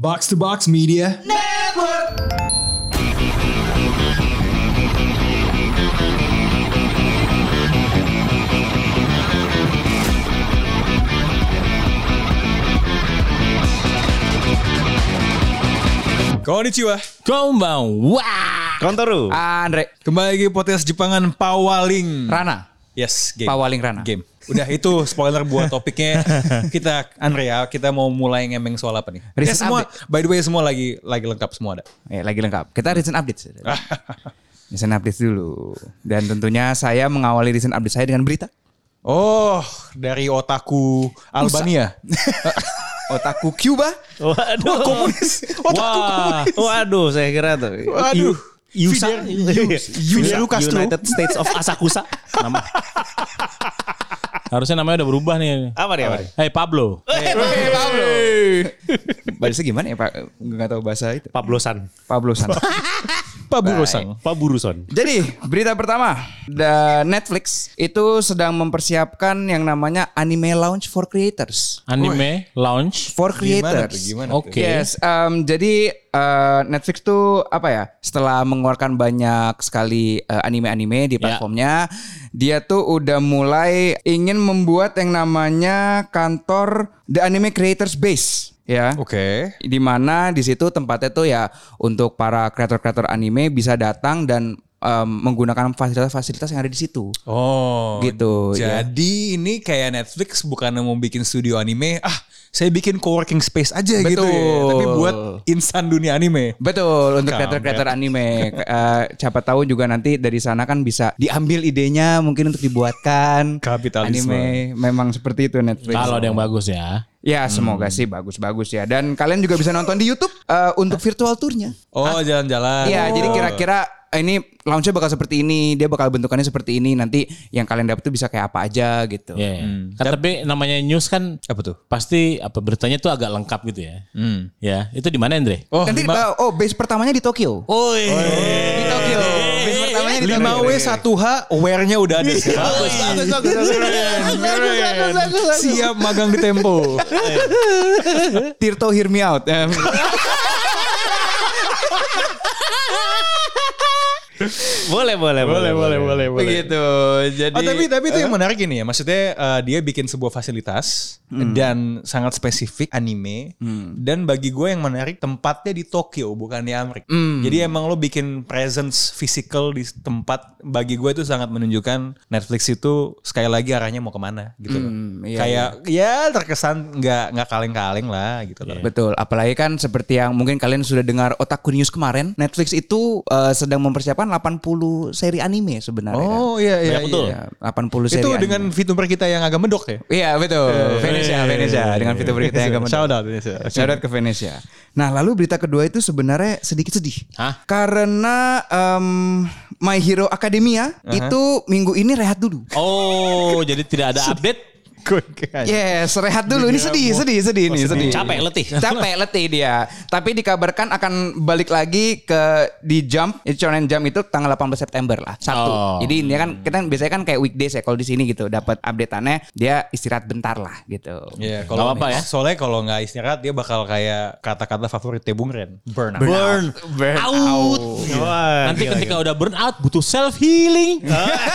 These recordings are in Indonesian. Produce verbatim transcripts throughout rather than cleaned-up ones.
Box to Box Media Network. Konnichiwa. Konbanwa. Kontoru. Andre. Kembali lagi podcast Jepangan Pawaling Rana. Yes, game. Pawaling Rana. Game. Udah itu spoiler buat topiknya. Kita Andre ya, kita mau mulai ngemeng soal apa nih? Ya, semua update. By the way semua lagi lagi lengkap semua ada. Eh, lagi lengkap. Kita recent update. Recent update dulu. Dan tentunya saya mengawali recent update saya dengan berita. Oh, dari otaku Albania. Otaku Cuba. Waduh. Wah, komunis. Otaku Wah. komunis. Waduh, saya kira tuh. Waduh. Yusa, Fidel Castro. United States of Asakusa. Nama. Harusnya namanya udah berubah nih. Apa nih? Apa nih? Hey Pablo. Hey, Pablo. Bahasa gimana ya Pak? Enggak tahu bahasa itu. Pablosan. Pablosan. Pak Burusan. Pak Buruson. Jadi berita pertama, The Netflix itu sedang mempersiapkan yang namanya Anime Launch for Creators. Anime launch For Gimana Creators. tuh? Gimana Oke. tuh? Yes, um, jadi uh, Netflix tuh apa ya? Setelah mengeluarkan banyak sekali uh, anime-anime di platformnya, dia tuh udah mulai ingin membuat yang namanya kantor The Anime Creators Base. Ya, Oke. Okay. Di mana di situ tempatnya tuh ya untuk para kreator-kreator anime bisa datang dan um, menggunakan fasilitas-fasilitas yang ada di situ. Oh, gitu. Jadi ya. Ini kayak Netflix bukan mau bikin studio anime, ah saya bikin co-working space aja. Betul. Gitu ya. Tapi buat insan dunia anime. Betul, untuk kreator-kreator anime. uh, siapa tahu juga nanti dari sana kan bisa diambil idenya mungkin untuk dibuatkan kapitalisme. Anime. Memang seperti itu Netflix. kalau ada yang bagus ya. Ya semoga hmm. sih bagus-bagus ya. Dan kalian juga bisa nonton di YouTube uh, untuk virtual tournya. Oh jalan-jalan. Iya, oh. jadi kira-kira ini launchnya bakal seperti ini, dia bakal bentukannya seperti ini. Nanti yang kalian dapat tuh bisa kayak apa aja gitu. Iya. Yeah. Hmm. Kan, tapi namanya news kan apa tuh? Pasti apa beritanya tuh agak lengkap gitu ya. Hmm. Ya, itu di mana Andre? Oh, nanti lima... oh base pertamanya di Tokyo. Oh, iya. Di Tokyo. Base pertamanya di lima W satu H aware-nya udah ada. Bagus, bagus, bagus. Siap magang di Tempo. Tirto hear me out. boleh, boleh, boleh, boleh, boleh, boleh. Begitu. Jadi oh, tapi tapi itu uh, yang menarik ini ya. Maksudnya uh, dia bikin sebuah fasilitas hmm. dan sangat spesifik anime. Hmm. Dan bagi gue yang menarik tempatnya di Tokyo bukan di Amerika. Hmm. Jadi emang lo bikin presence physical di tempat. Bagi gue itu sangat menunjukkan Netflix itu sekali lagi arahnya mau kemana gitu loh. Hmm, iya, kayak iya. ya terkesan nggak nggak kaleng-kaleng lah gitu loh. Betul. Apalagi kan seperti yang mungkin kalian sudah dengar Otaku News kemarin, Netflix itu uh, sedang mempersiapkan delapan puluh seri anime sebenarnya. Oh kan? iya iya, ya, betul. iya. delapan puluh seri itu anime. Dengan VTuber kita yang agak mendok ya? Iya betul. Eh, Venesia, Venesia dengan VTuber kita yang agak mendok. Shout out Venesia. Shout out ke Venesia. Nah lalu berita kedua itu sebenarnya sedikit sedih. Hah? Karena um, My Hero Academia uh-huh. itu minggu ini rehat dulu. Oh, jadi tidak ada update. Yes, rehat dulu. Ini sedih, sedih, sedih ini, sedih. Capek, letih. Capek, letih dia. Tapi dikabarkan akan balik lagi ke di Jump, Shonen Jump itu tanggal delapan belas September lah, Sabtu. Oh. Jadi ini kan kita biasanya kan kayak weekdays ya kalau di sini gitu, dapat update-annya dia istirahat bentar lah gitu. Iya, yeah, kalau apa ya? Soalnya kalau nggak istirahat dia bakal kayak kata-kata favoritnya Bung Ren, burn out. Burn, burn out. out. Wah, nanti gila, ketika gila. udah burn out butuh self healing.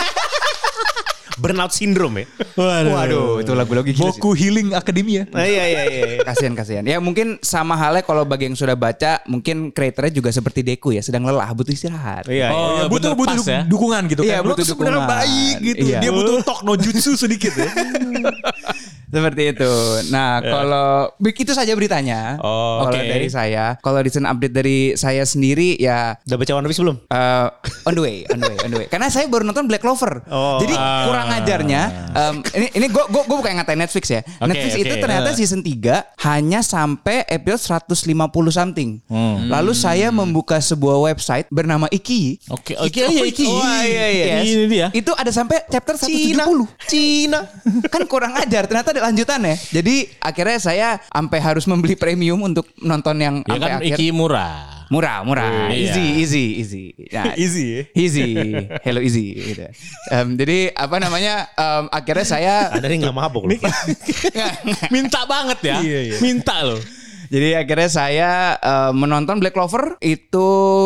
Burnout syndrome ya. Waduh, Waduh itu lagu-lagu gila Boku sih. Healing Academia. Nah, iya iya iya. Kasihan kasihan. Ya mungkin sama halnya kalau bagi yang sudah baca, mungkin kreatornya juga seperti Deku ya, sedang lelah, butuh istirahat. Iya. Oh, iya. butuh butuh ya? dukungan gitu kan. Iya, butuh dukungan. Baik gitu. Iya. Dia butuh tok no jutsu sedikit ya. Seperti itu. Nah, yeah. kalau itu saja beritanya. Oh, kalau okay. dari saya, kalau recent update dari saya sendiri ya. Udah baca One Piece belum? Uh, on the way, on the way, on the way. Karena saya baru nonton Black Clover. Oh. Jadi uh. kurang ajarnya. Um, ini ini gue gue gue bukan ngatain Netflix ya. Okay, Netflix okay. itu ternyata season tiga hanya sampai episode seratus lima puluh something. Hmm. Lalu saya membuka sebuah website bernama Iki. Oke, okay. Iki, oh, Iki. Oh, iya, iya. Yes. Ini dia. Itu ada sampai chapter seratus tujuh puluh. Cina. Kan kurang ajar. Ternyata ada lanjutannya. Jadi akhirnya saya sampai harus membeli premium untuk nonton yang ya sampai kan akhir. Iki murah. Murah, murah, iya. easy, easy, easy, nah, easy, easy, hello easy, gitu. Um, jadi apa namanya? Um, akhirnya saya ada yang nggak mabuk loh. Minta banget ya, iya, iya. minta loh. Jadi akhirnya saya uh, menonton Black Clover itu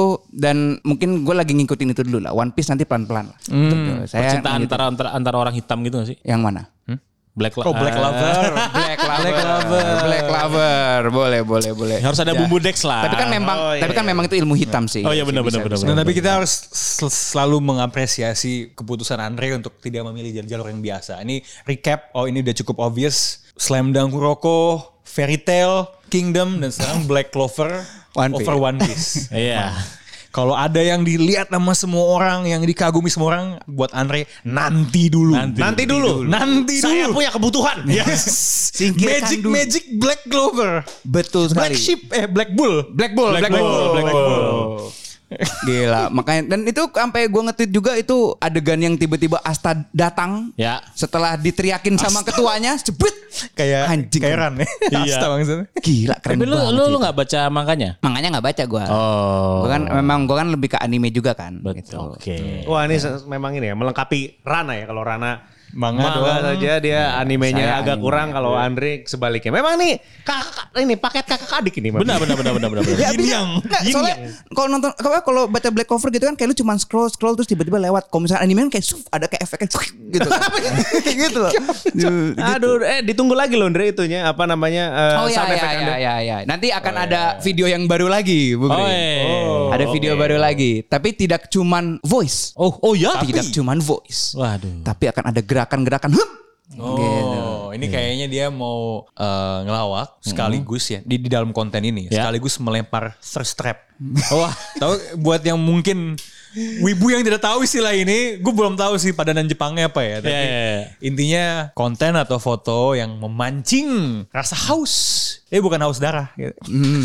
dan mungkin gue lagi ngikutin itu dulu lah. One Piece nanti pelan-pelan lah. Hmm. Saya Percintaan antara, antara antara orang hitam gitu gak sih? Yang mana? Hmm? Black Oh, Black Lover. Black Lover. Black Lover. Black Lover. Boleh, boleh, boleh. Harus ada bumbu Dex lah. Tapi kan memang Oh, iya, tapi kan iya. memang itu ilmu hitam sih. Oh iya benar benar benar. Nah, tapi kita harus sel- selalu mengapresiasi keputusan Andre untuk tidak memilih jalur yang biasa. Ini recap, oh ini udah cukup obvious. Slam Dunk Kuroko, Fairy Tail, Kingdom, dan sekarang Black Clover One Piece. over One Piece. Iya. Kalau ada yang dilihat sama semua orang, yang dikagumi semua orang, buat Andre nanti dulu. Nanti. Nanti dulu. Nanti Saya dulu. punya kebutuhan. Yes. Singkirkan Magic dulu. Magic Black Clover. Betul sekali. Black Sheep eh Black Bull. Black Bull, Black, Black Bull, Bull, Black Black Bull. Bull. Gila, makanya dan itu sampai gue nge-tweet juga itu adegan yang tiba-tiba Asta datang Ya. setelah diteriakin sama ketuanya, jebret. Kayak Anjing. kayak Ran ya. Iya. Asta maksudnya. Gila, keren Tapi lu banget. lu sih lu itu. nggak baca manganya? Makanya nggak baca gue. Oh. Gue kan memang gue kan lebih ke anime juga kan. Betul. Gitu. Oke. Wah ini se- memang ini ya melengkapi Rana ya. Kalau Rana Manga manga doang. saja dia animenya Saya agak anime. kurang. Kalau Andre sebaliknya. Memang nih kakak ini paket kakak adik ini. Benar benar benar benar benar. Ya, Yin bisa. yang. Nggak, Yin soalnya yang. kalau nonton kalau kalau baca Black Clover gitu kan kayak lu cuma scroll scroll terus tiba-tiba lewat. Kalau misalnya anime kan kayak suf, ada kayak efeknya suf, gitu. Kayak gitu loh. Aduh, eh ditunggu lagi loh Andre itunya apa namanya? eh, Oh ya sound ya effect ya, Andre. ya ya. Nanti akan ada video yang baru lagi, Bu Gri. Oh, iya. Ada video oke. baru lagi, tapi tidak cuman voice. Oh oh ya. Tidak cuman voice. Waduh. Tapi akan ada gerakan-gerakan. Hup! Oh, Gitu. ini kayaknya dia mau eh, ngelawak sekaligus ya di, di dalam konten ini Ya. sekaligus melempar thirst trap. Wah, tahu buat yang mungkin wibu yang tidak tahu istilah ini, gue belum tahu sih padanan Jepangnya apa ya. Tapi Ya, ya, ya. intinya konten atau foto yang memancing rasa haus. Eh bukan haus darah, gitu.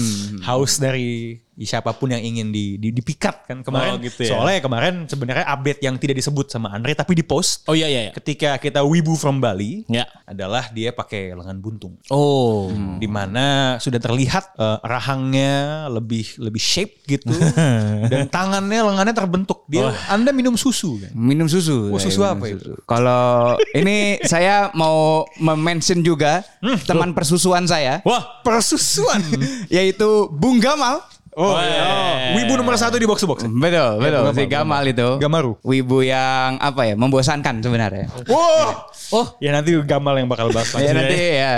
Haus dari siapapun yang ingin di, di dipikat kan kemarin. Oh, gitu ya. Soalnya kemarin sebenarnya update yang tidak disebut sama Andre tapi di post. Oh iya iya. iya. Ketika kita wibu from Bali, Ya. adalah dia pakai lengan buntung. Oh. Di mana sudah terlihat eh, rahangnya lebih lebih shape gitu dan tangannya lengannya terbentuk. Dia Anda minum susu kan? Minum susu. Oh, susu Saya apa minum itu? susu. Kalau ini saya mau mention juga teman persusuan saya, Wah, persusuan. yaitu Bung Gamal. Oh, Oh, iya. iya. Wibu nomor satu di box to box. Betul, betul. Gamal, Si Gamal itu. Gamaru. Wibu yang apa ya? Membosankan sebenarnya. Wow. Oh, ya nanti Gamal yang bakal bahas Ya lagi. nanti ya.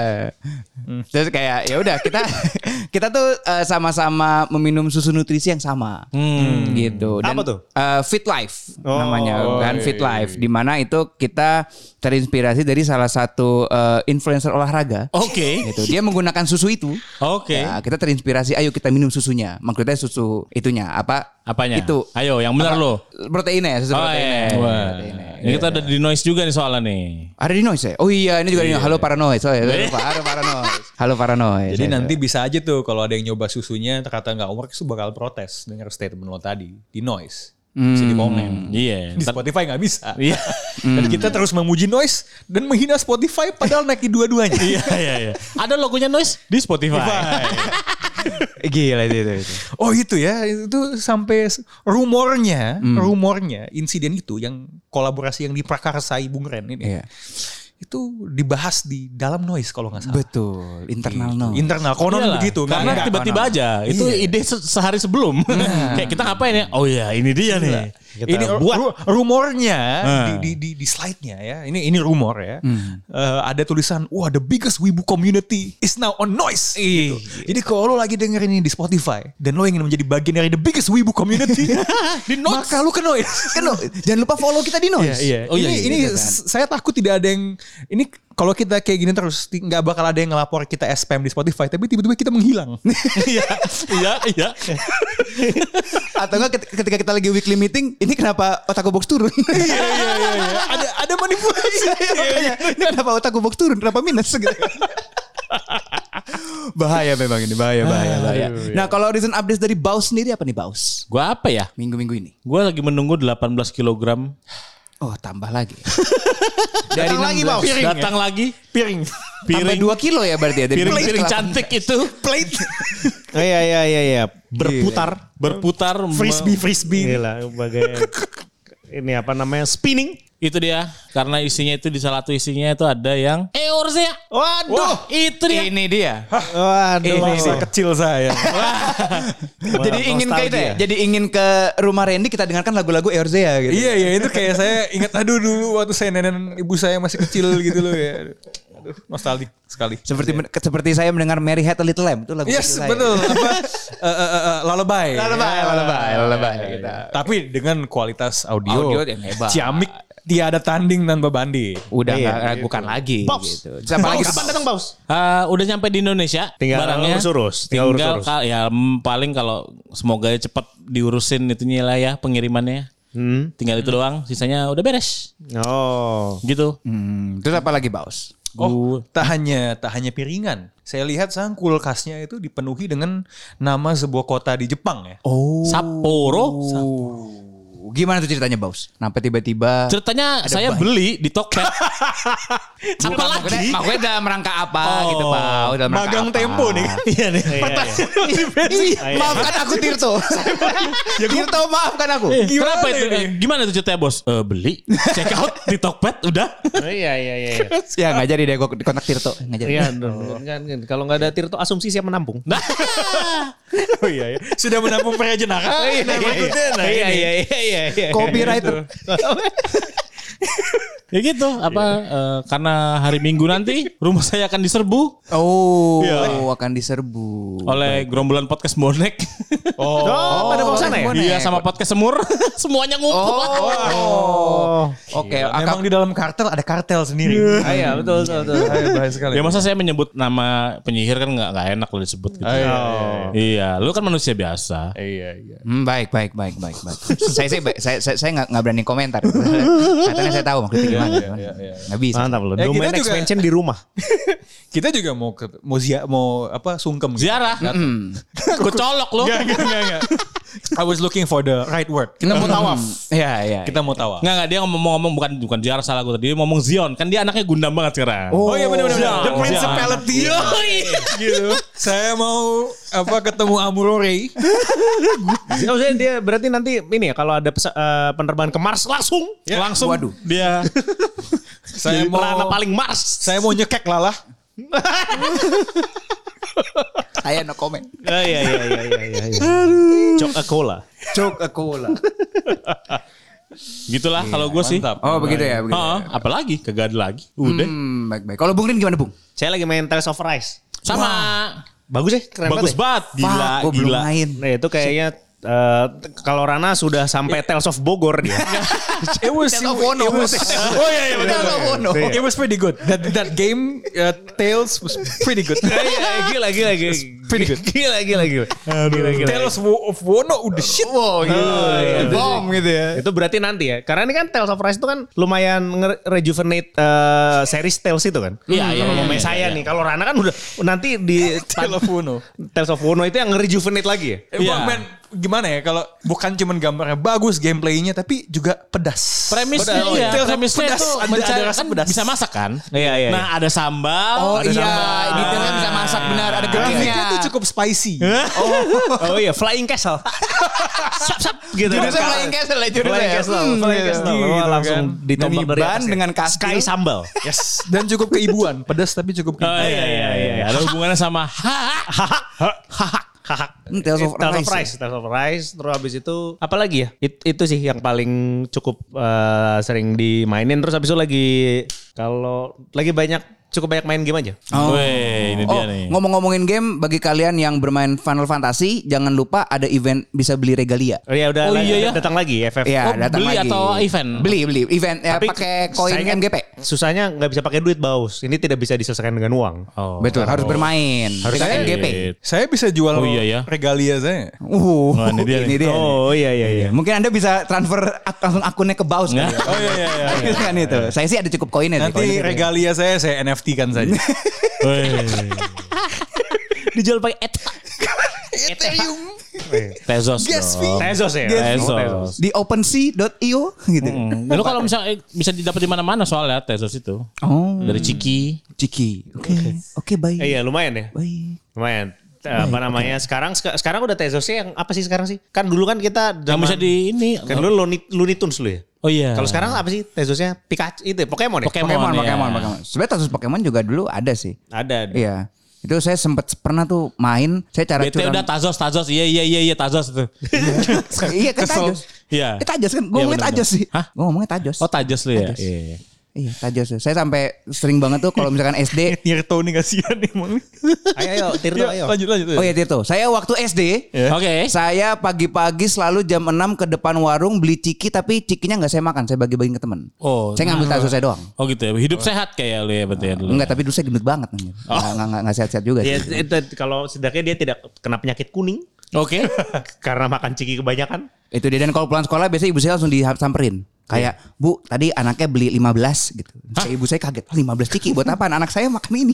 Terus kayak ya udah kita kita tuh eh, sama-sama meminum susu nutrisi yang sama. Gitu. Apa tuh? eh, Fit Life Oh, namanya kan iya, Fit iya, Life di mana itu kita terinspirasi dari salah satu eh, influencer olahraga. Oke. Gitu. Dia menggunakan susu itu. Oke. Ya, kita terinspirasi ayo kita minum susunya. Maksudnya susu itunya apa? Apanya? Itu. Ayo yang benar Apa? lo. Proteinnya, susu Oh proteinnya. iya. Wah. Proteinnya. Ini kita ada di noise juga nih soalnya nih. Ada di noise ya? Oh iya, ini juga di Halo Paranoid. Oh, ya, Halo Paranoid. Halo Paranoid. Jadi nanti bisa aja tuh kalau ada yang nyoba susunya ternyata nggak work itu bakal protes dengar statement lo tadi di noise. Bisa di komen. Iya. Di Spotify nggak bisa. Iya. Dan kita terus memuji noise dan menghina Spotify padahal naik di dua-duanya. Iya iya iya. Ada logonya noise di Spotify. Gila itu, itu, itu. Oh itu ya, itu sampai s- rumornya, rumornya insiden itu yang kolaborasi yang diprakarsai Bung Ren ini. Iya. Itu dibahas di dalam noise kalau nggak salah. Betul, internal Gitu. noise. Internal konon Iyalah, begitu. nggak- Karena nggak- tiba-tiba aja. Itu ide se- sehari sebelum. Kayak kita ngapain ya? Oh iya ini dia nih. Kita ini ru- buat. ru- rumornya Hmm. di, di, di, di slide-nya ya. Ini ini rumor ya. Eh, ada tulisan, wah the biggest Wibu community is now on noise. Gitu. Jadi kalau lo lagi dengerin ini di Spotify dan lo ingin menjadi bagian dari the biggest Wibu community di noise, maka lo ke noise. Kan lo, jangan lupa follow kita di noise. Iya, iya. Oh, iya, ini iya, ini gitu kan. s- saya takut tidak ada yang ini kalau kita kayak gini terus ti- nggak bakal ada yang ngelapor kita spam di Spotify, tapi tiba-tiba kita menghilang. Iya iya iya. Atau enggak ket- ketika kita lagi weekly meeting, ini kenapa Otaku Box turun? Iya iya iya iya. Ada ada manipulasi. Iya, makanya, ini kenapa Otaku Box turun? Kenapa minus gitu? Bahaya memang ini, bahaya, bahaya, bahaya. Nah, kalau recent update dari Baus sendiri apa nih Baus? Gua apa ya? Minggu-minggu ini. Gua lagi menunggu delapan belas kilogram. Oh, tambah lagi. Dari lagi Baus. Piring ya? Datang lagi. Piring. Tambah dua kilo ya berarti ya. Dari Piring-piring delapan- cantik itu. Plate. Oh, iya iya iya iya. Berputar. Berputar. Frisbee frisbee. Gila, bagai ini apa namanya spinning. Itu dia, karena isinya itu di salah satu isinya itu ada yang Eorzea. Waduh, Wah, itu dia. Ini dia. waduh. Ini Masa kecil saya. Jadi ingin ke itu ya? Jadi ingin ke rumah Randy kita dengarkan lagu-lagu Eorzea gitu. Iya, iya itu kayak saya ingat aduh dulu waktu saya nenek ibu saya masih kecil gitu loh ya. Aduh, nostalgia sekali. Seperti seperti saya mendengar Mary Had a Little Lamb itu lagu Yes, kecil saya. betul. Apa uh, uh, uh, lullaby. Lullaby, lullaby, lullaby. Gitu. Tapi dengan kualitas audio, Audio yang hebat. ciamik tiada tanding tanpa banding. Udah Iya, nggak ragukan lagi Paus. gitu. Siapa lagi Kapan datang Paus? Uh, udah nyampe di Indonesia Tinggal barangnya. urus-urus, tinggal Tinggal urus-urus. ka- ya mm, paling kalau semoga cepat diurusin itunya lah ya pengirimannya. Hmm. Tinggal itu doang, sisanya udah beres. Oh. Gitu. Hmm, terus apa lagi, Baus? Oh, tak hanya tak hanya piringan. Saya lihat sang kulkasnya itu dipenuhi dengan nama sebuah kota di Jepang ya. Oh. Sapporo. Gimana tuh ceritanya, Baus? Kenapa tiba-tiba Ceritanya saya beli di Tokped. Bukan, maksudnya, maksudnya dalam rangka apa gitu, Oh, Baus? Dalam rangka Magang apa? Tempo nih. Iya nih. Ih, maafkan aku Tirto. Tirto maafkan aku. Kenapa itu? Eh, Gimana tuh ceritanya bos? Eh, beli, check out di Tokped udah. Oh, iya iya iya. Ya nggak jadi deh gue kontak Tirto. Nggak jadi. Iya, dong. Kan, kan. Kalau nggak ada Tirto asumsi siap menampung. Nah, Oh iya, iya. Sudah menampung pria jenaka. Iya iya iya iya iya. Copywriter. ya gitu. Apa? eh, karena hari Minggu nanti rumah saya akan diserbu Oh, akan diserbu. oleh gerombolan podcast bonek. Oh, pada mau sana ya? bonek. Iya sama podcast semur. Semuanya ngumpul. Oh, oke. Memang di dalam kartel ada kartel sendiri. Ah, iya betul betul. betul. Ayo, bahaya sekali. Ya masa saya menyebut nama penyihir kan nggak nggak enak kalau disebut gitu. Ah, iya, Iya, lu kan manusia biasa. iya, iya. Hmm, baik, baik, baik, baik, baik. saya sih, saya, saya, saya nggak nggak berani komentar. Katanya saya tahu maksudnya gimana. iya, iya, iya. Nggak bisa. Mantap loh. Ya, kita Domain juga- expansion di rumah. Kita juga mau ke, mau zia, mau apa sungkem gitu. Ziarah. Gue colok lu. Enggak, enggak, enggak, enggak. I was looking for the right word. Kita mau tawaf. Iya, iya. Kita mau tawaf. Nggak nggak dia ngomong-ngomong bukan bukan ziarah salah gue tadi. Dia ngomong Zion. Kan dia anaknya Gundam banget sekarang. Oh, iya benar benar. Zion. The Principality. gitu. Saya mau apa ketemu Amurore. Maksudnya dia berarti nanti ini ya kalau ada pesa- eh, penerbangan ke Mars langsung Langsung Waduh. dia Saya jadi mau perana paling Mars. saya mau nyekek lalah. Saya no comment. Iya iya iya iya iya. iya. Coca-Cola. Coca-Cola. gitulah kalau gue sih. Mantap. Oh, begitu ya, begitu. Heeh, apalagi kagak ada lagi. Udah. Hmm, baik, baik. Kalau Bung Rin gimana, Bung? Saya lagi main Tales of Rise. Sama. Bagus ya, keren Bagus banget. banget. Gila, Fuck, gua belum gila. main. Ya. Nah itu kayaknya eh, kalau Rana sudah sampai Tales of Bogor dia. It was Tales of Wono. it was- Oh iya iya betul. Tales of Wono. It was pretty good. That that game uh, Tales was pretty good. Iya, gila gila gila. Pretty good. Gila gila gila. Gila gila. Tales of Wono udah shit. Wow, iya. Bom gitu ya. Itu berarti nanti ya. Karena ini kan Tales of Rise itu kan lumayan nge-rejuvenate eh, series Tales itu kan. Iya, iya, Kalau iya, main iya, saya iya. nih, kalau Rana kan udah nanti di Tales of Wono. Tales of Wono itu yang nge-rejuvenate lagi ya. Eh, Iya. men, gimana ya kalau bukan cuman gambarnya bagus gameplaynya tapi juga pedas. Premisnya Pedas. iya, Tales of premisnya pedas. itu Ada- mencari ada rasa kan pedas. bisa masak kan? Iya, iya, Nah, ada sambal, Oh ada iya, sambal. detailnya bisa masak benar, ada Grafiknya grafiknya. tuh cukup spicy. Oh iya, Flying Castle. Sap sap gitu. Jurusnya Flying Castle ya, jurusnya. Flying Castle, Hmm, Flying gitu. Castle. Gitu Wah, langsung kan. ditombak Dan dari Iban atas ya. dengan kastil. Sky sambal. Yes. Dan cukup keibuan, pedas tapi cukup Oh keibuan. iya iya iya. Ada hubungannya sama ha. Hahak. Hmm, Tales of Tales of Rise. Rise, Tales of Rise. Terus habis itu apa lagi ya? It- itu sih yang paling cukup eh, sering dimainin. Terus habis itu lagi kalau lagi banyak cukup banyak main game aja. Oh. Weh, ini Oh, dia nih. ngomong-ngomongin game, bagi kalian yang bermain Final Fantasy, jangan lupa ada event bisa beli regalia. Oh iya udah Oh, lagi- iya, ya? datang lagi F F. Iya, Oh, datang beli lagi. atau event? Beli, beli. Event ya, pakai koin sayangnya M G P. Susahnya nggak bisa pakai duit, Baus. Ini tidak bisa diselesaikan dengan uang. Oh. Betul, harus bermain. Harus Saya- M G P. Saya bisa jual Oh, iya, ya. regalia saya. Uh, Oh, ini dia nih. nih. Oh iya iya iya. Mungkin Anda bisa transfer ak- langsung akunnya ke Baus. Nggak. kali ya. Oh iya iya iya. Kan itu. Saya sih ada cukup koinnya sih. Nanti koinnya. regalia saya saya N F T kan saja. Weh. Dijual pakai eta. Ethereum. Tezos Gas dong. Tezos ya. Tezos. Oh, Tezos. Di OpenSea dot i o gitu. Hmm. Lu kalau misalnya eh, bisa didapat di mana-mana soalnya Tezos itu. Oh, Dari Ciki. Ciki. Oke. Oke, baik. Eh, iya lumayan ya. Baik. Lumayan. Eh, apa namanya? Sekarang seka- sekarang udah Tezosnya yang apa sih sekarang sih? Kan dulu kan kita Yang bisa di ini. Kan dulu Looney, Looney Tunes lu ya. Oh iya. Kalau sekarang apa sih Tazosnya? Pikachu itu Pokemon ya? Pokemon, Pokemon, ya. Pokemon, Pokemon. Sebenarnya Tazos Pokemon juga dulu ada sih. Ada. Iya. Itu saya sempat pernah tuh main, saya cara B T curang. udah Tazos, Tazos. Iya iya iya iya Tazos itu. Iya kan Tajos. Iya. Eh Tajos kan, gue Iya, ngomongnya benar-benar. Tajos sih. Hah? Gue ngomongnya Tajos. Oh Tajos lu ya. Tajos. Iya. iya. Iya Tajos. Saya sampai sering banget tuh kalau misalkan S D. Tirto nih kasihan emang. Ayo ayo Tirto Ya, ayo. lanjut lanjut. Oh iya Tirto. Saya waktu S D. Ya. Oke. Saya pagi-pagi selalu jam enam ke depan warung beli ciki, tapi cikinya nggak saya makan, saya bagi-bagiin ke teman. Oh. Saya ngambil Tajos saya doang. Oh gitu ya. Hidup sehat kayak lu ya berarti ya dulu. Enggak, tapi dulu saya gendut banget. Nggak, nggak, nggak, nggak sehat-sehat juga Dia sih. itu kalau setidaknya dia tidak kena penyakit kuning Oke. karena makan ciki kebanyakan. Itu dia, dan kalau pulang sekolah biasanya ibu saya langsung disamperin. Kayak, Bu, tadi anaknya beli lima belas gitu. Kayak ibu saya kaget, lima belas ciki buat apa? Anak saya makan ini.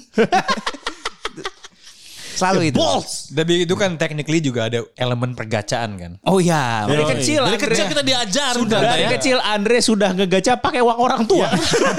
Selalu itu. Balls. Tapi itu kan technically juga ada elemen pergacaan kan. Oh iya. Dari Yoi. kecil Dari Andre. kecil kita diajar Sudah udah dari ya. kecil Andre sudah ngegaca pakai uang orang tua.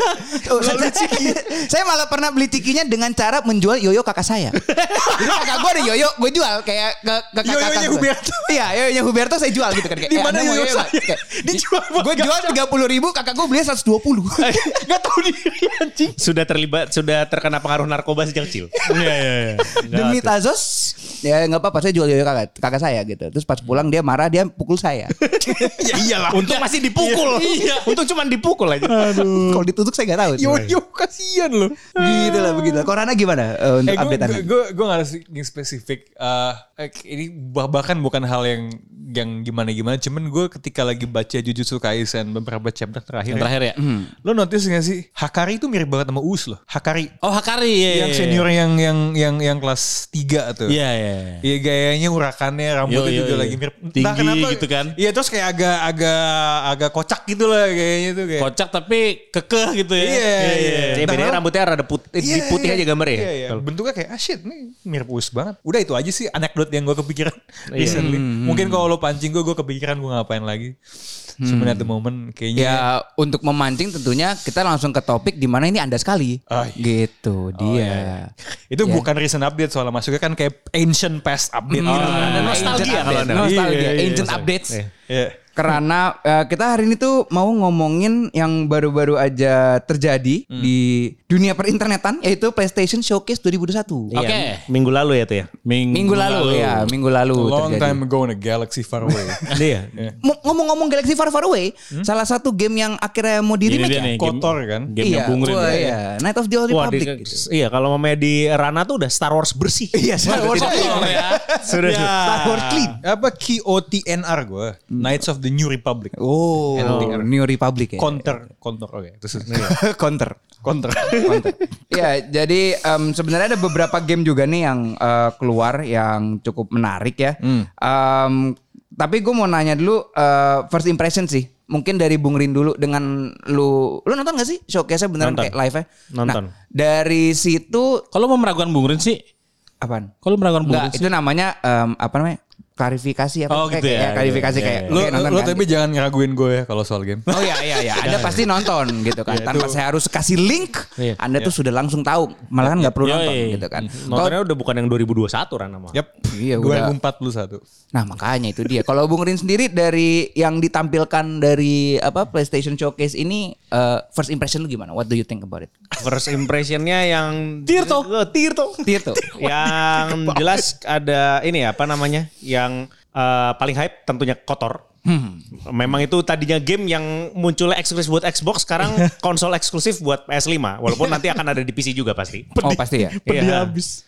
Oh, saya, saya malah pernah beli cikinya dengan cara menjual yoyo kakak saya. Jadi kakak gue ada yoyo, gue jual kayak ke, ke kakak Yoyonya kakak gua. Huberto. Iya, yoyonya Huberto saya jual gitu kan. Kayak, Di mana Anda mau yoyo yoyo nggak? saya? Kayak, Dijual buat gue jual tiga puluh ribu, kakak gue beli seratus dua puluh. Gak tahu diri anjing. Sudah terlibat, sudah terkena pengaruh narkoba sejak kecil. Iya iya iya. Demi Tazos, ya nggak apa-apa, saya jual yoyo kakak, kakak saya gitu. Terus pas pulang dia marah, dia pukul saya. Ya iyalah. Untung masih dipukul. Iya. Untung cuma dipukul aja. Kalau ditutup saya nggak tahu. Yoyo kasihan loh. Gitu lah begitu. Kalau Rana gimana eh, untuk Eh gue updatean? gue gue nggak ada yang spesifik. Eh eh, ini bah- bahkan bukan hal yang yang gimana gimana. Cuman gue ketika lagi baca Jujutsu Kaisen beberapa chapter terakhir. Yang terakhir ya. Lo notice gak sih Hakari itu mirip banget sama Uus loh. Hakari Oh Hakari ya. yang senior yang yang yang yang kelas tiga tuh. Iya iya. Iya gayanya urakannya rambutnya Yo, yo, juga yo. lagi mirip. Entah Tinggi kenapa, gitu kan. Iya terus kayak agak agak agak kocak gitu lah kayaknya tuh kayak. Kocak tapi kekeh gitu ya. Iya, iya. Jadi Entah bedanya kenapa- rambutnya rada putih, Iya, di putih iya. aja gambarnya ya. Iya, iya. Bentuknya kayak ah shit ini mirip Uus banget. Udah itu aja sih anekdot yang gue kepikiran recently. Mungkin kalau lo pancing gue, gue kepikiran gue ngapain lagi. Cuman at the moment kayaknya. Ya untuk memancing tentunya kita langsung ke topik di mana ini Anda sekali. Ah, Gitu dia. Oh, iya, iya. Itu Ya. bukan recent update soalnya masuknya kan kayak ancient past update gitu. Ada nostalgia Ancient kalau update. Anda. Nostalgia, Iya, iya, ancient iya. updates. Iya. Iya. Karena eh, kita hari ini tuh mau ngomongin yang baru-baru aja terjadi di dunia perinternetan, yaitu PlayStation Showcase dua ribu dua puluh satu. Iya, Oke. Minggu lalu ya tuh ya. Minggu, Minggu lalu, ya, minggu lalu Long terjadi. time ago in a galaxy far away. Iya. Mo- Ngomong-ngomong Galaxy Far Far Away, salah satu game yang akhirnya mau di Ini remake dia ya? nih. game- Kotor kan? Game Iya, yang Bung Rin wah, ya. iya. Night of the Old Wah, Republic di, gitu. iya kalau mamanya di Rana tuh udah Star Wars bersih. Iya, Star Wars Kotor ya. Sudah. Ya. Star Wars clean. Apa K O T N R gue? Knights of the New Republic. Oh, New Republic ya. Counter, counter, oke. Terus Counter. counter. Counter. Ya, jadi em, sebenarnya ada beberapa game juga nih yang eh, keluar yang cukup menarik ya. Em, tapi gue mau nanya dulu eh, first impression sih. Mungkin dari Bung Rin dulu dengan lu, lu nonton gak sih showcase-nya beneran Nonton. kayak live-nya? Nonton. Nah, dari situ Kalau mau meragukan Bung Rin sih. apaan? Kalau meragukan Bung Rin Enggak, sih. itu namanya em, apa namanya? Klarifikasi apa? Oh, Kayak- gitu ya. kayak klarifikasi Iya, kayak. iya. Lo, kayak nonton lo kan? tapi jangan ngeraguin gue ya kalau soal game. Oh iya iya iya, Anda pasti nonton gitu kan. Ya, Tanpa itu- saya harus kasih link, Iya. Anda tuh sudah langsung tahu. Malah kan nggak perlu Yoi. nonton gitu kan. Kalau- Nontonnya udah bukan yang dua ribu dua puluh satu Rana mah. Yap. Iya, dua udah. ribu empat puluh satu. Nah makanya itu dia. Kalau Bung Rin sendiri dari yang ditampilkan dari apa PlayStation Showcase ini, eh, first impression lu gimana? What do you think about it? First impressionnya yang Tirto. Oh, Tirto. Tirto. Yang jelas ada ini ya, apa namanya? Yang eh, paling hype tentunya Kotor. Memang itu tadinya game yang munculnya eksklusif buat Xbox, sekarang konsol eksklusif buat P S lima. Walaupun nanti akan ada di P C juga pasti. Oh pasti ya. Iya.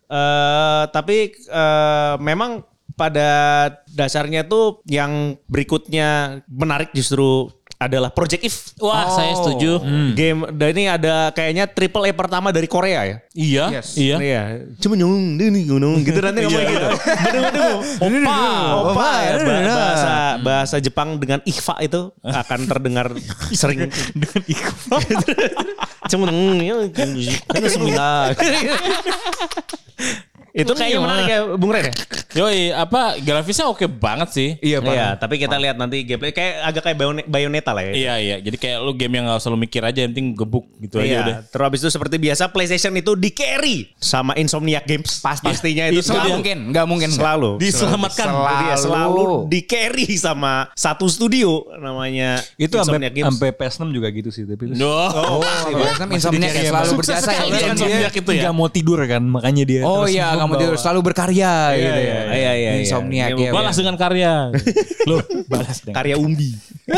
Eh, tapi eh, memang pada dasarnya tuh yang berikutnya menarik justru adalah Project If. Wah, saya setuju. Game dan ini ada kayaknya triple A pertama dari Korea ya. Iya, Yes. iya. Iya. Cuma nyung ini gunung gitu nanti ngomong gitu. Aduh, Opa. Opa ya, ba- bahasa bahasa Jepang dengan ikhfa itu akan terdengar sering dengan ikhfa. Cuma ya kan semina. Itu kayaknya menarik ya Bung Ren ya? Yoi, apa grafisnya oke banget sih. Iya, Pak. Iya, tapi kita lihat nanti gameplay kayak agak kayak Bayone- Bayonetta lah ya. Iya iya, jadi kayak lu game yang gak usah lu mikir aja, yang penting gebuk gitu aja udah. Iya, terus habis itu seperti biasa PlayStation itu di carry sama Insomniac Games. Pasti. Pastinya itu Itu Nggak selalu. mungkin, nggak mungkin. Selalu. Diselamatkan. Selalu. Dia selalu Selalu. di carry sama satu studio namanya Itu sampai Insomniac Games. sampai P S enam juga gitu sih tapi. No. Oh, Insomniac ya selalu Sukses berjasa ya. sekali Insomniac. Insomniac itu ya. Nggak mau tidur kan makanya dia. Oh terus iya, nggak mau tidur, membawa- selalu berkarya gitu ya. Iya, iya, iya. Insomniac Iya, ya. Balas dengan karya. Lu balas dengan Karya umbi.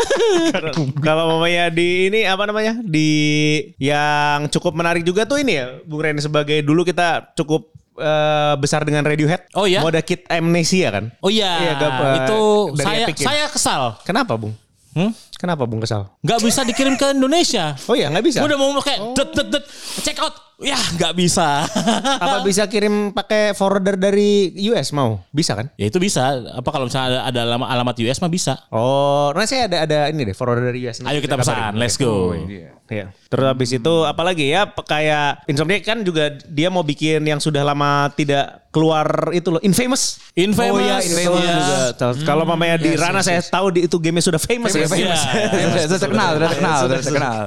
Kalau mamanya di ini apa namanya? Di yang cukup menarik juga tuh ini ya, Bung Ren, sebagai dulu kita cukup eh, besar dengan Radiohead. Oh iya? Mode Kid Amnesia kan? Oh iya, Iya, gak- itu dari saya Epic Games. saya kesal. Kenapa, Bung? Hmm? Kenapa Bung kesal? Gak bisa dikirim ke Indonesia. Oh iya, nggak bisa. Gue udah mau kayak det det det check out. Ya nggak bisa. Apa bisa kirim pakai forwarder dari U S mau? Bisa kan? Ya itu bisa. Apa kalau misalnya ada, ada alamat, alamat U S mah bisa. Oh, nah saya ada ada ini deh forwarder dari U S. Ayo kita pesan, let's go. Iya. Terus habis itu apalagi ya pe- kayak Insomniac kan juga dia mau bikin yang sudah lama tidak keluar itu loh, Infamous. Infamous. Oh iya, Infamous Iya. juga. Terus Kalau mamanya di Rana saya tahu di itu game sudah famous. ya. Famous. Iya. Sudah terkenal, sudah terkenal, sudah terkenal.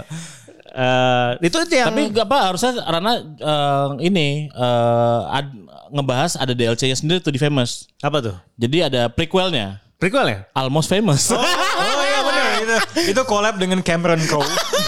Eh, itu yang Tapi gak apa harusnya Rana eh, ini eh, ad- ngebahas ada D L C-nya sendiri tuh di Famous. apa tuh? Jadi ada prequelnya. Prequel ya? Almost Famous. Oh iya benar itu. Itu collab dengan Cameron Crowe.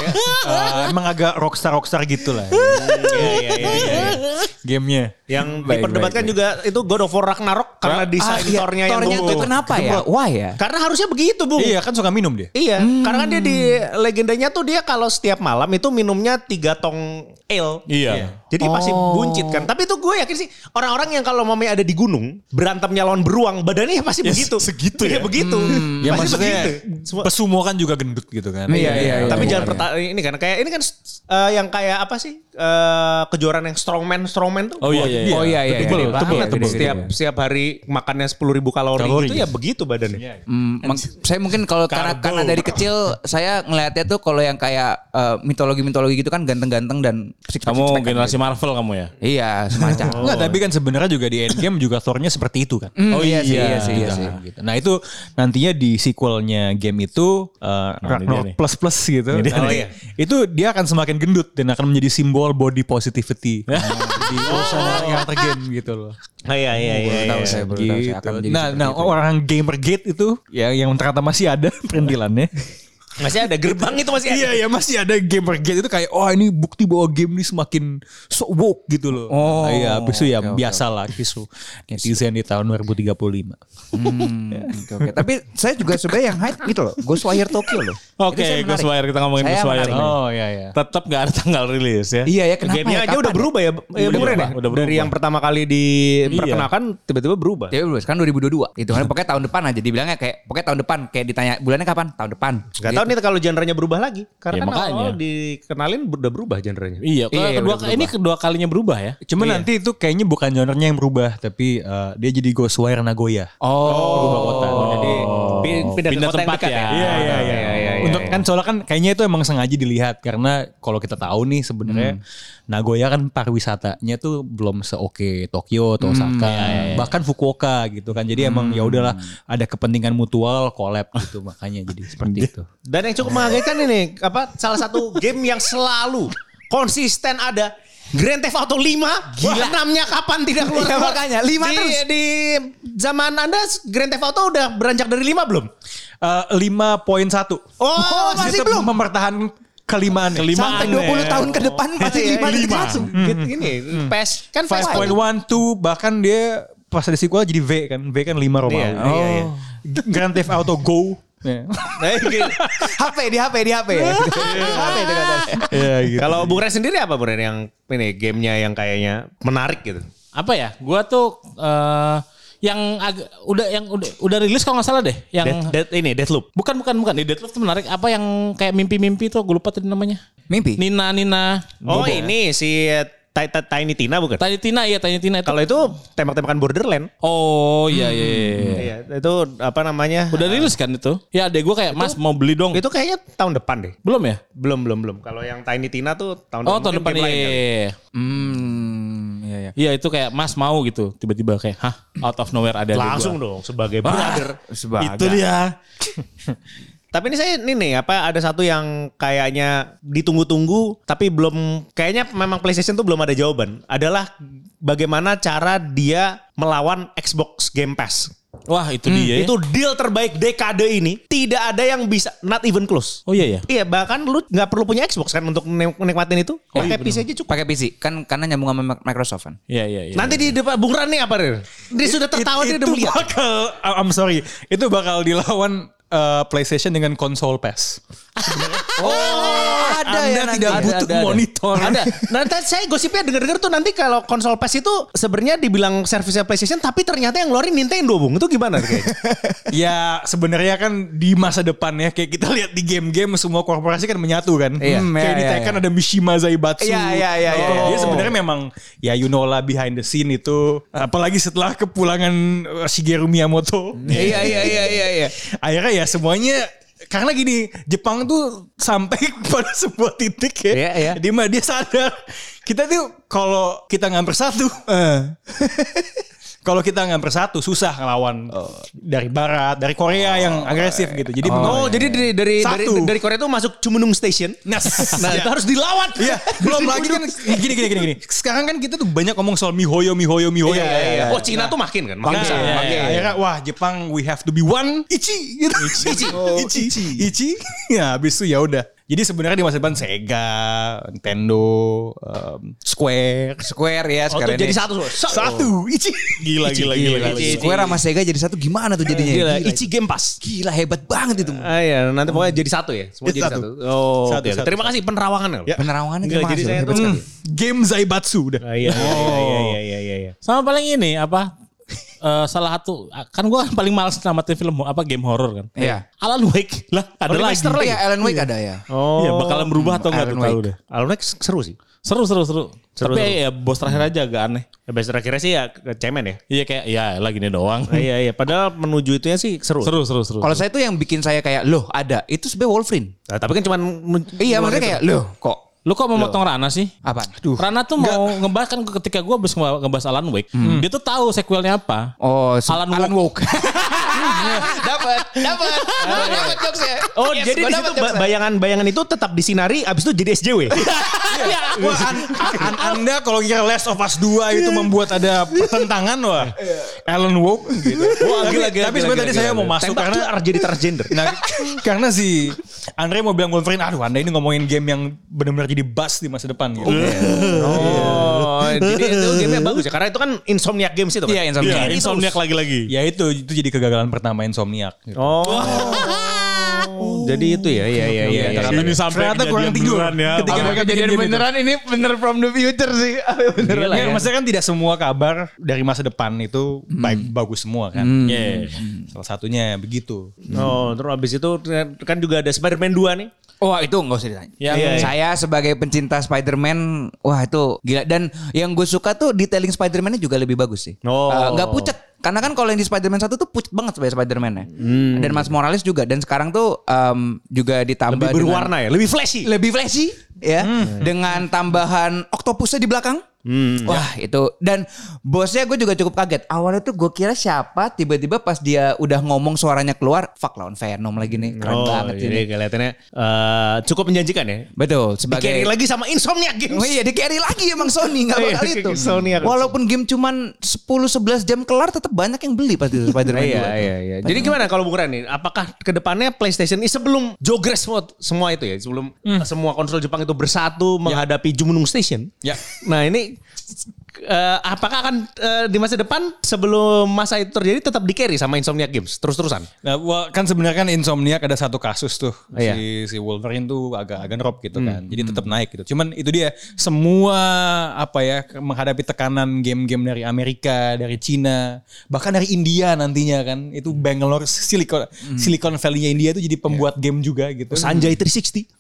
Eh, emang agak rockstar rockstar gitu lah. Iya iya iya. iya. Gamenya. Yang Baik, diperdebatkan baik, juga itu God of War Ragnarok karena desain iya, Thor-nya yang Thor-nya dulu. itu kenapa ya? Why ya? Karena harusnya begitu, Bung. Iya kan suka minum dia. Iya, karena kan dia di legendanya tuh dia kalau setiap malam itu minumnya tiga tong ale. Iya. Jadi pasti buncit kan. Tapi itu gue yakin sih orang-orang yang kalau mamanya ada di gunung berantemnya lawan beruang badannya pasti Ya, begitu. segitu ya? Iya, begitu. Ya Pasti maksudnya begitu. Semua- pesumo kan juga gendut gitu kan. Iya, iya, iya. Tapi jangan iya. perta- ini kan kayak ini kan eh, yang kayak apa sih eh, kejuaraan yang strongman strongman tuh. Oh iya iya. Oh iya iya. Tebel, iya. tebel, Iya, tebel. iya, Setiap iya. setiap hari makannya sepuluh ribu kalori, Kalori. gitu ya begitu badannya. Hmm, mak- saya mungkin kalau karena karena dari kecil saya ngelihatnya tuh kalau yang kayak eh, mitologi-mitologi gitu kan ganteng-ganteng dan six-pack, Kamu six-pack kan generasi gitu. Marvel kamu ya? Iya, semacam. Enggak, tapi kan sebenarnya juga di Endgame juga Thor-nya seperti itu kan. Oh iya sih, iya sih, iya sih. Gitu. Nah itu nantinya di sequelnya game itu uh, Ragnarok nih. plus plus gitu. Ini dia Nah, nih. itu dia akan semakin gendut dan akan menjadi simbol body positivity di urusan yang game gitu loh. Ah, iya iya iya. Baru tahu iya. saya, baru tahu saya Gitu. akan menjadi Nah, seperti nah itu. orang Gamergate itu ya yang ternyata masih ada perintilannya. Masih ada gerbang itu masih ada. Iya ya masih ada Gamergate itu kayak oh ini bukti bahwa game ini semakin so woke gitu loh. Oh, Nah, iya habis itu ya oke, oke, biasa lah kisu netizen di tahun dua ribu tiga puluh lima. Hmm, oke, oke. Tapi saya juga sebenarnya yang hype gitu loh. Ghostwire Tokyo loh. Oke, Itu saya menarik. Ghostwire kita ngomongin Saya Ghostwire. menarik. nih. Oh iya iya. Tetap gak ada tanggal rilis ya. Iya ya, kenapa Gamenya ya? aja Kapan udah ya? berubah ya, ya Bung Ren ya? udah berubah. Dari yang pertama kali diperkenalkan tiba-tiba berubah. Ya belum, kan dua ribu dua puluh dua. Itu kan pokoknya tahun depan aja dibilangnya kayak pokoknya tahun depan kayak ditanya bulannya kapan? Tahun depan. Gak tahu nih kalau genrenya berubah lagi. Karena Ya, kan makanya. awal dikenalin udah berubah genrenya. Iya, Iya, kedua, udah ini kedua kalinya berubah ya. Cuma nanti itu kayaknya bukan genre-nya yang berubah, tapi uh, dia jadi Ghostwire Nagoya. Oh, Berubah kota. Jadi pin- pindah, Pindah ke kota yang tempat dekat ya. ya. Iya, iya, iya, iya. Untuk kan soalnya kan kayaknya itu emang sengaja dilihat karena kalau kita tahu nih sebenarnya Nagoya kan pariwisatanya tuh belum seoke Tokyo atau Osaka, bahkan Fukuoka gitu kan. Jadi emang ya udahlah ada kepentingan mutual collab gitu makanya jadi seperti itu. Dan yang cukup mengagetkan ini apa salah satu game yang selalu konsisten ada Grand Theft Auto lima. Gila. enamnya kapan tidak keluar? Iya, makanya, lima di, terus. Di zaman Anda Grand Theft Auto udah beranjak dari lima belum? Uh, lima poin satu. Oh, masih Tetap belum? mempertahankan kelimaan. Kelima. sampai dua puluh tahun ke depan masih Iya, lima lima. satu. Gitu, ini P E S kan P E S lima poin satu bahkan dia pas ada sequel jadi V kan. V kan lima Romawi. Iya, iya, iya. Grand Theft Auto Go. Ya. Nah, gitu. H P di H P di H P ya. H P itu katanya. Iya gitu. Kalau Bung Ren sendiri apa Bung Ren yang ini gamenya yang kayaknya menarik gitu? Apa ya? Gua tuh eh yang agak udah yang udah udah rilis kalau nggak salah deh. Yang Death, Death, ini Deathloop. bukan bukan bukan di Deathloop tuh menarik. Apa yang kayak mimpi-mimpi tuh gue lupa tadi namanya. Mimpi. Nina Nina. Oh Bobo. ini si Ti- Ti- Tiny Tina bukan? Tiny Tina iya Tiny Tina itu. Kalau itu tembak-tembakan Borderland. Oh iya iya. iya. Iya, itu apa namanya? Udah rilis kan itu? Ya adek gue kayak Mas mau beli dong. Itu kayaknya tahun depan deh. Belum ya? Belum belum belum. Kalau yang Tiny Tina tuh tahun Oh depan. tahun mungkin depan game lain iya. kali. Hmm, iya, iya. iya. Iya itu kayak Mas mau gitu. Tiba-tiba kayak hah out of nowhere ada Langsung dong sebagai brother. Sebagai. Itu dia. Tapi ini saya ini nih apa ada satu yang kayaknya ditunggu-tunggu tapi belum kayaknya memang PlayStation tuh belum ada jawaban. Adalah bagaimana cara dia melawan Xbox Game Pass. Wah itu hmm, dia. Itu deal terbaik dekade ini. Tidak ada yang bisa not even close. Oh iya ya. Iya bahkan lu nggak perlu punya Xbox kan untuk menikmatin itu. Oh, Pakai iya, P C aja cukup. Pakai P C kan karena nyambung sama Microsoft kan. Iya iya. iya Nanti di depan Bung Ran nih apa Rir? Dia sudah tertawa dia udah melihat. Bakal, I'm sorry, itu bakal dilawan uh, PlayStation dengan konsol P E S. Oh, ada Anda ya nanti. tidak Ada, butuh ada, ada. monitor. Ada. Nanti saya gosipnya denger-denger tuh nanti kalau konsol P E S itu sebenarnya dibilang servisnya PlayStation tapi ternyata yang ngeluarin Nintendo Bung. Itu gimana kayaknya? Ya sebenarnya kan di masa depan ya kayak kita lihat di game-game semua korporasi kan menyatu kan. Iya. Hmm, kayak Iya, di iya, Tekken iya. ada Mishima Zaibatsu. Iya, iya, iya, iya, Oh. Dia iya. sebenarnya memang ya you know lah behind the scene itu apalagi setelah kepulangan uh, Shigeru Miyamoto. Iya iya iya iya iya. Akhirnya ya semuanya karena gini, Jepang tuh sampai pada sebuah titik ya. Iya, iya. Di mana dia sadar kita tuh kalau kita nggak bersatu, kalau kita nggak bersatu susah ngelawan dari Barat, dari Korea yang agresif gitu. Jadi Oh, jadi dari dari, dari Satu. dari Korea itu masuk Cumunung Station. Nah, Nah, itu harus dilawan. Iya, belum lagi kan gini gini gini gini. Sekarang kan kita tuh banyak ngomong soal mihoyo mihoyo mihoyo. Iya, iya, iya. Nah, Oh, Cina tuh makin kan, makin Nah, besar. iya, Makin. iya. Akhirnya wah Jepang we have to be one Ichi gitu. Ichi. Ichi. Ichi. Ya habis itu ya udah. Jadi sebenarnya di masa depan Sega, Nintendo, um, Square, Square ya Oh, tuh sekarang jadi ini. satu semua. satu Ichi. Gila gila gila. gila. Ichi. Square sama Sega jadi satu gimana tuh jadinya? Gila, Gila, Ichi Game Pass. Gila hebat banget itu. Ah iya, nanti pokoknya jadi satu ya. Semua Jadi jadi satu. satu. Oh, Satu, oke. satu, Terima kasih penerawangannya. Ya. Penerawangannya Gila, terima jadi kasih. saya Hebat tuh- sekali. Game Zaibatsu udah. Ah, iya, iya, iya, iya, iya, iya, iya. Sama paling ini apa? Eh, salah satu kan gue paling malas namatin film apa game horror kan. Iya. Alan Wake lah ada Oh, lagi. remaster lagi? Iya, Alan Wake ada ya. Oh. Iya bakalan berubah atau enggak tuh Alan tahu Wake. deh. Alan Wake seru sih. Seru seru seru. Seru, Tapi seru. ya bos terakhir aja agak aneh. Ya, best terakhirnya sih ya ke cemen ya. Iya kayak ya lagi ini doang. Ah, iya iya, padahal menuju itu ya sih seru. Seru seru seru. Kalau saya tuh yang bikin saya kayak loh ada itu sebenarnya Wolverine. Nah, tapi kan cuman Iya maksudnya kayak loh kok Lu kok memotong Rana sih? apaan? Rana tuh mau ngebahas kan ketika gue habis ngebahas Alan Wake, dia tuh tahu sequelnya apa. Oh, se- Alan Alan Woke. Woke. Dapat, dapat, dapat jokesnya. Oh, Yes, jadi gua di dapet situ jokesnya. bayangan-bayangan itu tetap disinari abis itu jadi S J W. Wah, an, an- Anda kalau kira Last of Us dua itu membuat ada pertentangan wah. Alan Woke gitu. Wah, gila, gila, tapi gila, sebenarnya gila, tadi saya gila. mau masuk Tembak karena tuh jadi transgender. Nah, karena si Andre mau bilang Wolverine, aduh Anda ini ngomongin game yang benar-benar jadi buzz di masa depan gitu. Oh, jadi itu game bagus ya karena itu kan Insomniac Games itu kan. Iya, Insomniac. Iya, Insomniac lagi-lagi. Ya itu itu jadi kegagalan pertama Insomniac. Gitu. Oh. Jadi itu ya, iya iya iya. iya. Ini sampai Ternyata kurang kejadian tidur beneran ya. ketika Apa- mereka bikin game itu. ini bener from the future sih. Gila Ya, ya. maksudnya kan tidak semua kabar dari masa depan itu baik bagus semua kan. Iya. Salah satunya begitu. Oh, terus abis itu kan juga ada Spider-Man dua nih. Wah itu nggak usah ditanya. Yang- Iya, iya. Saya sebagai pencinta Spider-Man, wah itu gila. Dan yang gue suka tuh detailing Spider-Man-nya juga lebih bagus sih. Oh. Eh, nggak pucat. Karena kan kalau yang di Spider-Man satu tuh pucat banget sebagai Spider-Man-nya. Dan Mas Morales juga. Dan sekarang tuh em, juga ditambah Lebih berwarna ya, lebih flashy. Lebih flashy ya. Dengan tambahan oktopusnya di belakang. Wah itu. Dan bosnya gue juga cukup kaget. Awalnya tuh gue kira siapa. Tiba-tiba pas dia udah ngomong suaranya keluar. Fuck lawan Venom lagi nih. Keren Oh, banget jadi ini. kelihatannya eh, cukup menjanjikan ya. Betul. Di-carry Sebagai lagi sama Insomniac Games. Oh iya di carry lagi emang Sony gak bakal Iya, itu. Sony harus. Walaupun game cuman sepuluh sebelas jam kelar tetap banyak yang beli pasti itu Spider-Man Iya, dua. iya, iya. Jadi gimana kalau Bung Ren nih? Apakah kedepannya PlayStation ini sebelum Jogres semua, semua itu ya, sebelum semua konsol Jepang itu bersatu menghadapi Jumunung Station? Ya. Nah ini eh, apakah akan eh, di masa depan sebelum masa itu terjadi tetap di carry sama Insomniac Games terus-terusan? Nah, wah, kan sebenarnya kan Insomniac ada satu kasus tuh Iya. si si Wolverine tuh agak agak drop gitu kan. Jadi tetap naik gitu. Cuman itu dia semua apa ya menghadapi tekanan game-game dari Amerika, dari Cina, bahkan dari India nantinya kan. Itu Bangalore Silicon Silicon Valley-nya India itu jadi pembuat game juga gitu. Sanjay tiga enam nol.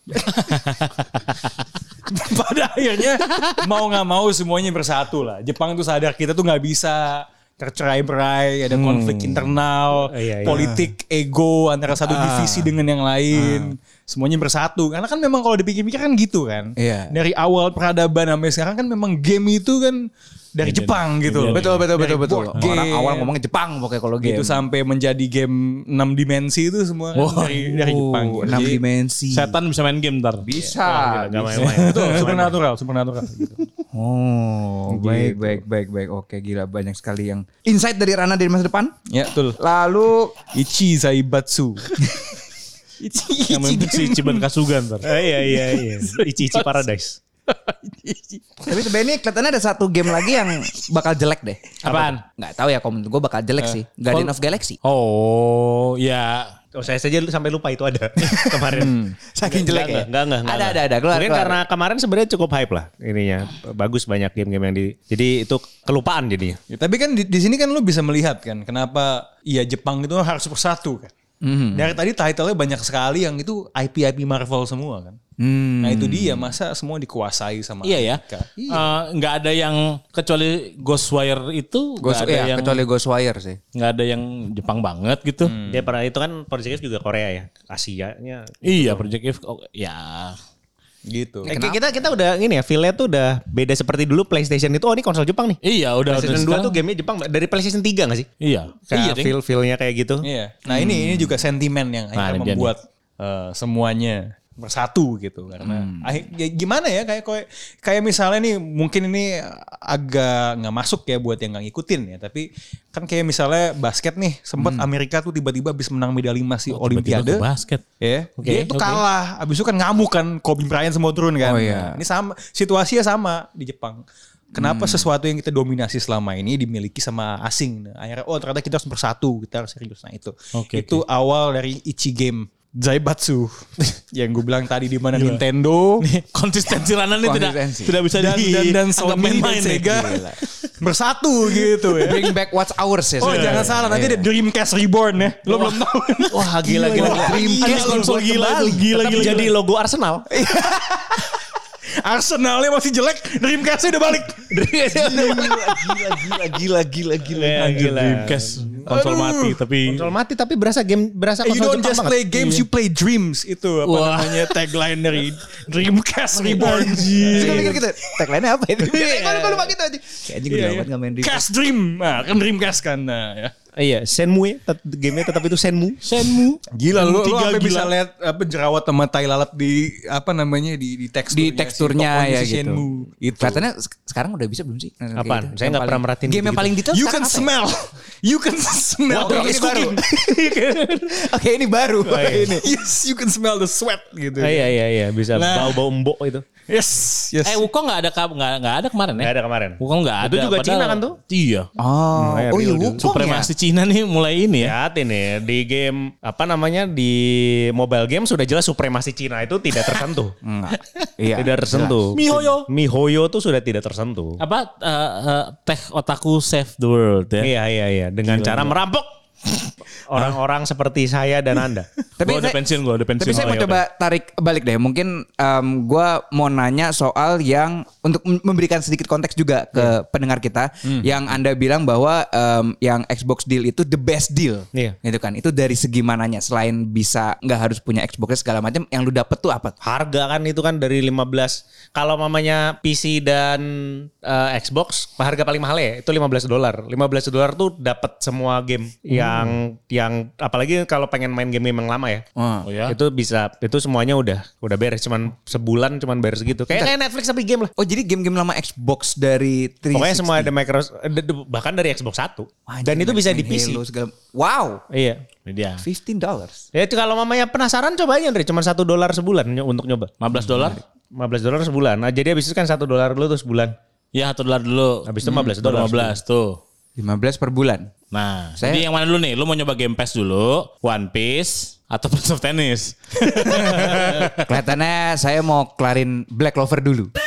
Pada akhirnya mau nggak mau semuanya bersatu lah. Jepang tuh sadar kita tuh nggak bisa tercerai-berai, ada konflik internal, Iya, iya. politik, ego antara satu divisi dengan yang lain. semuanya bersatu. Karena kan memang kalau dipikir-pikir kan gitu kan. Iya. Dari awal peradaban sampai sekarang kan memang game itu kan dari Jepang gitu. Betul betul betul betul. board game. Orang awal ngomongnya Jepang pokoknya kalau game. Itu sampai menjadi game enam dimensi itu semua kan Wah. dari dari Jepang. Oh, enam Jadi, dimensi. Setan bisa main game ntar. Bisa. Gak bisa. main-main. Betul, supernatural, supernatural gitu. Oh, baik baik baik baik. Oke, gila banyak sekali yang insight dari Rana dari masa depan. Ya, betul. Lalu Ichi Zaibatsu. Yang main si Ichiban Kasuga ntar. Ah, iya iya iya. Ichi-Ichi Paradise. tapi sebenarnya ini kelihatannya ada satu game lagi yang bakal jelek deh. Apaan? Nggak tahu ya, komen gue bakal jelek sih. Guardian of Galaxy. Oh, ya. Oh, saya saja sampai lupa itu ada kemarin. Saking jelek ya. Enggak, enggak, enggak. Ada ada ada. Keluar, Mungkin keluar. karena kemarin sebenarnya cukup hype lah ininya. Bagus banyak game-game yang di. Jadi itu kelupaan jadinya. Ya, tapi kan di, di sini kan lu bisa melihat kan kenapa ya Jepang itu harus bersatu kan. Mhm. Dari tadi title-nya banyak sekali yang itu I P I P Marvel semua kan. Hmm. Nah itu dia, masa semua dikuasai sama Iya ya. Amerika? Iya. Eh, nggak ada yang kecuali Ghostwire itu Ghost, nggak ada ya, yang kecuali Ghostwire sih. nggak ada yang Jepang banget gitu. Dia pernah itu kan Project X juga Korea ya. Asianya. Iya, Project F oh, ya. Gitu. Eh, kita kita udah ini ya, feel-nya tuh udah beda seperti dulu PlayStation itu. Oh ini konsol Jepang nih. Iya, udah PlayStation udah dua sekarang- tuh gamenya Jepang dari PlayStation tiga gak sih? Iya. Kayak Iya, Ding. feel-feelnya kayak gitu. Iya. Nah ini ini juga sentimen yang Nah, akhirnya ini dia membuat eh, semuanya bersatu gitu karena akhir- ya gimana ya kayak kayak kayak misalnya nih mungkin ini agak nggak masuk ya buat yang nggak ngikutin ya tapi kan kayak misalnya basket nih sempat Amerika tuh tiba-tiba habis menang medali emas di Oh, tiba-tiba Olimpiade ke basket. ya Oke, dia itu oke. kalah abis itu kan ngamuk kan Kobe Bryant semua turun kan Oh, iya. Nah, ini sama situasinya sama di Jepang. Kenapa sesuatu yang kita dominasi selama ini dimiliki sama asing? Nah, akhirnya oh ternyata kita harus bersatu, kita harus serius. Nah itu, Oke, itu awal dari Ichi Game Zaibatsu yang gue bilang tadi di mana Nintendo Konsistensi Rana ini tidak Konsistensi. tidak bisa dan di dan, dan anggap Sony dan main-main nih. Sega bersatu gitu ya. Bring back what's ours ya. Oh sebenarnya. jangan salah nanti ada Dreamcast Reborn ya. Lo belum tahu. Wah gila gila. gila. Dreamcast konsol gila itu, gila Tetap gila. jadi logo Arsenal. Arsenalnya masih jelek, Dreamcast-nya udah balik. Gila gila gila gila. Anjir, Dreamcast konsol Aduh. mati tapi Konsol mati tapi berasa game berasa You konsol don't Jepang just banget. play games, you play dreams. Itu apa Wah. namanya tagline dari Dreamcast Reborn. Terus gue mikir gitu, tagline-nya apa itu? Gue lupa gitu aja. Kayak anjing gue Iya, udah iya. lama gak main Dreamcast. Cast Dream. Nah, kan Dreamcast kan. Nah, ya. Iya, Shenmue ya. Tet- Gamenya tetap itu Shenmue. Shenmue. Gila lu, lu Tiga sampai gila. bisa lihat apa jerawat sama tai lalat di apa namanya di di teksturnya. Di teksturnya si tokohnya ya si gitu. Shenmue. Itu. Kelihatannya sek- sekarang udah bisa belum sih? Kayak Apaan? gitu. Saya Yang nggak paling- pernah merhatiin Game yang gitu-gitu. paling detail You sekarang can apa ya? smell. You can smell. Water the is cooking. baru. Oke ini baru. ini. Yes, you can smell the sweat gitu. Ah, iya iya iya bisa Nah. bau-bau embok itu. Yes, yes. Eh Wukong nggak ada ka- nggak nggak ada kemarin ya? Nggak ada kemarin. Wukong nggak ada. Itu juga padahal- Cina kan tuh? Iya. Oh, Hmm, oh iya real Wukong ya. Supremasi Cina nih mulai ini ya. Lihat ini di game apa namanya di mobile game sudah jelas supremasi Cina itu tidak tersentuh. Enggak. Iya. Tidak tersentuh. Mihoyo. Mihoyo tuh sudah tidak tersentuh. Apa eh, eh, teh otaku save the world ya? Iya iya iya dengan cara merampok orang-orang seperti saya dan Anda. Tapi Gua udah saya- pensiun, gua udah pensiun. Tapi saya Oh, mau iya, coba tarik balik deh. Mungkin em, gue mau nanya soal yang untuk m- memberikan sedikit konteks juga ke pendengar kita, yang Anda bilang bahwa em, yang Xbox deal itu the best deal, Iya. gitu kan? Itu dari segi mananya? Selain bisa nggak harus punya Xbox segala macam, yang lu dapet tuh apa? Harga kan itu kan dari lima belas. Kalau mamanya P C dan eh, Xbox harga paling mahal ya itu lima belas dolar. lima belas dolar tuh dapat semua game yang yang apalagi kalau pengen main game-game yang lama ya. Oh ya. Itu bisa itu semuanya udah udah beres cuman sebulan cuman beres gitu. Kayak kayak Netflix tapi game lah. Oh jadi game-game lama Xbox dari tiga ratus enam puluh. Pokoknya semua ada Microsoft bahkan dari Xbox satu. Dan itu bisa di P C. Halo segala- Wow, Iya. Ini dia. fifteen dollars. Ya itu kalau mamanya penasaran coba aja Andre, cuma satu dolar sebulan ny- untuk nyoba. lima belas dolar. lima belas dolar sebulan. Nah jadi habis itu kan satu dolar dulu tuh sebulan. Ya satu dolar dulu. Habis itu lima belas dolar. lima belas tuh. lima belas per bulan. Nah, Saya- jadi yang mana dulu nih? Lu mau nyoba Game Pass dulu, One Piece, atau Prince of Tennis? Kelihatannya saya mau kelarin Black Clover dulu.